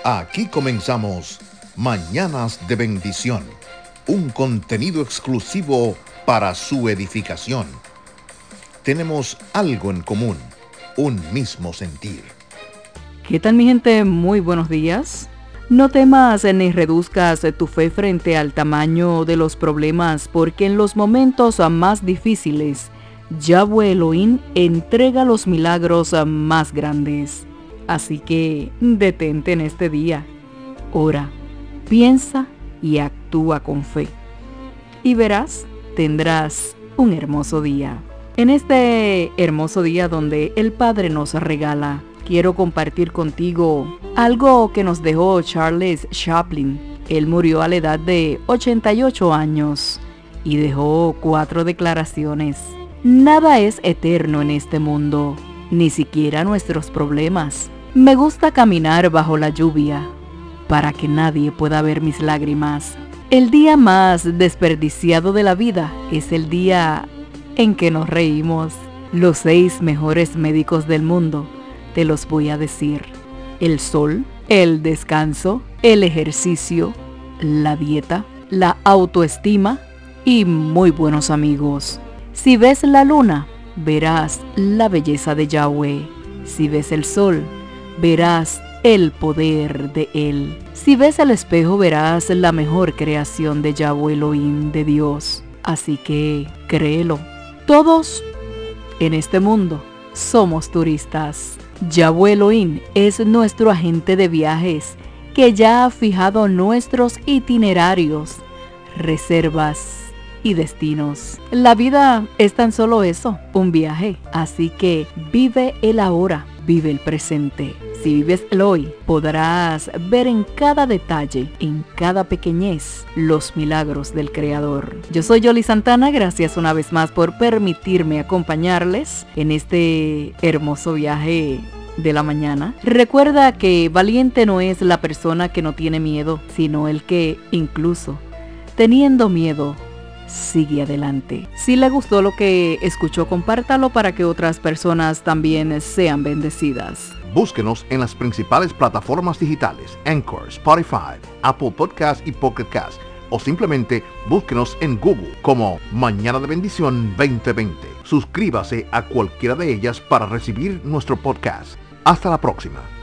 Aquí comenzamos Mañanas de Bendición, un contenido exclusivo para su edificación. Tenemos algo en común, un mismo sentir. ¿Qué tal, mi gente? Muy buenos días. No temas ni reduzcas tu fe frente al tamaño de los problemas, porque en los momentos más difíciles, Yahweh Elohim entrega los milagros más grandes. Así que detente en este día, ora, piensa y actúa con fe. Y verás, tendrás un hermoso día. En este hermoso día donde el Padre nos regala, quiero compartir contigo algo que nos dejó Charles Chaplin. Él murió a la edad de 88 años y dejó 4 declaraciones. Nada es eterno en este mundo, ni siquiera nuestros problemas. Me gusta caminar bajo la lluvia, para que nadie pueda ver mis lágrimas. El día más desperdiciado de la vida es el día en que nos reímos. Los 6 mejores médicos del mundo te los voy a decir: el sol, el descanso, el ejercicio, la dieta, la autoestima y muy buenos amigos. Si ves la luna, verás la belleza de Yahweh. Si ves el sol, verás el poder de Él. Si ves el espejo, verás la mejor creación de Yahweh Elohim, de Dios. Así que créelo. Todos en este mundo somos turistas. Yahweh Elohim es nuestro agente de viajes que ya ha fijado nuestros itinerarios, reservas y destinos. La vida es tan solo eso, un viaje. Así que vive el ahora, vive el presente. Si vives el hoy, podrás ver en cada detalle, en cada pequeñez, los milagros del Creador. Yo soy Yoli Santana, gracias una vez más por permitirme acompañarles en este hermoso viaje de la mañana. Recuerda que valiente no es la persona que no tiene miedo, sino el que, incluso teniendo miedo, sigue adelante. Si le gustó lo que escuchó, compártalo para que otras personas también sean bendecidas. Búsquenos en las principales plataformas digitales: Anchor, Spotify, Apple Podcast y Pocket Cast, o simplemente búsquenos en Google como Mañana de Bendición 2020. Suscríbase a cualquiera de ellas para recibir nuestro podcast. Hasta la próxima.